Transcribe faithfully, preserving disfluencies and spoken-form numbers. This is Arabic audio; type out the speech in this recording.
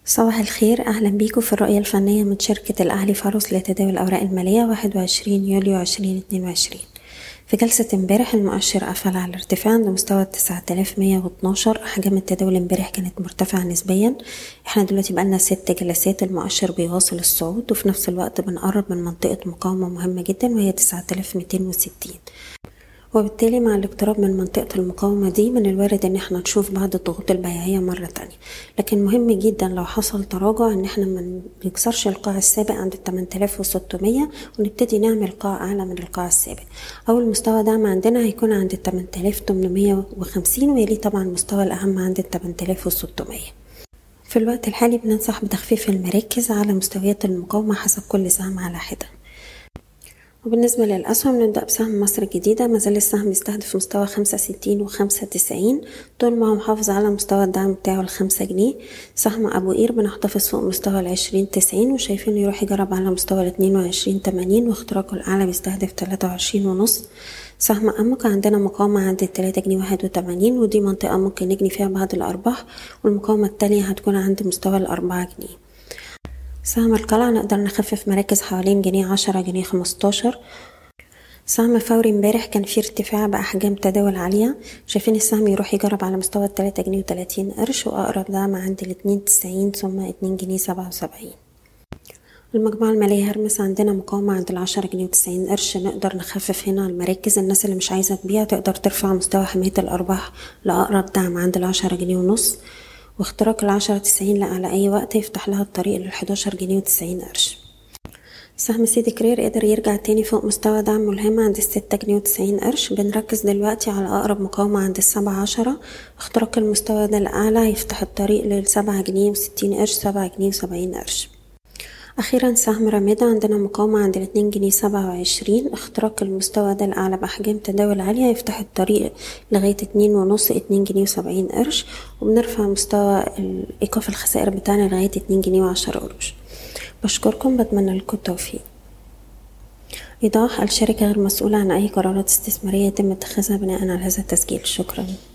صباح الخير، أهلا بيكم في الرؤية الفنية من شركة الأهلي فاروس لتداول الأوراق المالية واحد وعشرين يوليو عشرين اتنين وعشرين. في جلسة امبارح المؤشر قفل على الارتفاع عند مستوى تسعة آلاف مية واتناشر. أحجام التداول امبارح كانت مرتفعة نسبيا. احنا دلوقتي بقالنا ست جلسات المؤشر بيواصل الصعود، وفي نفس الوقت بنقرب من منطقة مقاومة مهمة جدا وهي تسعة آلاف ميتين وستين، وبالتالي مع الاقتراب من منطقة المقاومة دي من الوارد ان احنا نشوف بعض الضغوط البيعية مرة تانية. لكن مهم جدا لو حصل تراجع ان احنا ما نكسرش القاع السابق عند ثمانية آلاف وستمية ونبتدي نعمل قاع اعلى من القاع السابق. اول مستوى دعم عندنا هيكون عند ثمانية آلاف وتمنمية وخمسين، ويلي طبعا المستوى الاهم عند ثمانية آلاف وستمية. في الوقت الحالي بننصح بتخفيف المراكز على مستويات المقاومة حسب كل سهم على حدة. وبالنسبة للأسهم نبدأ بسهم مصر الجديدة. مازال السهم يستهدف مستوى خمسة وستين وخمسة وتسعين، طول ما هو محافظ على مستوى الدعم بتاعه الخمسة جنيه. سهم أبو قير بنحتفظ فوق مستوى العشرين تسعين وشايفينه يروح يجرب على مستوى الاتنين وعشرين تمانين، واختراقه الأعلى بيستهدف تلاتة وعشرين ونص. سهم أمك عندنا مقاومة عند التلاتة جنيه واحد وتمانين، ودي منطقة ممكن نجني فيها بعض الأرباح، والمقاومة التانية هتكون عند مستوى الأربعة جنيه. سهم القلعة نقدر نخفف مراكز حوالين جنيه عشرة جنيه خمستاشر. سهم فوري امبارح كان فيه ارتفاع بأحجام تداول عالية، شايفين السهم يروح يجرب على مستوى التلاتة جنيه وتلاتين قرش، وأقرب دعم عند الاتنين تسعين ثم اتنين جنيه سبعة وسبعين. المجموعة المالية هرمس عندنا مقاومة عند العشرة جنيه وتسعين قرش، نقدر نخفف هنا المراكز. الناس اللي مش عايزة تبيع تقدر ترفع مستوى حماية الأرباح لأقرب دعم عند العشرة جنيه ونص، واختراق العشرة تسعين على أي وقت يفتح لها الطريق للحداشر جنيه وتسعين قرش. سهم سيدي كرير قدر يرجع تاني فوق مستوى دعم ملهم عند الستة جنيه وتسعين قرش. بنركز دلوقتي على أقرب مقاومة عند السبعة عشرة، اختراق المستوى ده الأعلى يفتح الطريق للسبعة جنيه وستين قرش، سبعة جنيه وسبعين قرش. أخيرا سهم رمادة عندنا مقاومة عند الاتنين جنيه سبعة وعشرين، اختراق المستوى ده الأعلى بأحجام تداول عالية يفتح الطريق لغاية اتنين ونص اتنين جنيه وسبعين قرش، وبنرفع مستوى إيقاف الخسائر بتاعنا لغاية اتنين جنيه وعشرة قروش. بشكركم، بتمنى لكم التوفيق. إيضاح: الشركة غير مسؤولة عن أي قرارات استثمارية يتم اتخاذها بناء على هذا التسجيل. شكرا.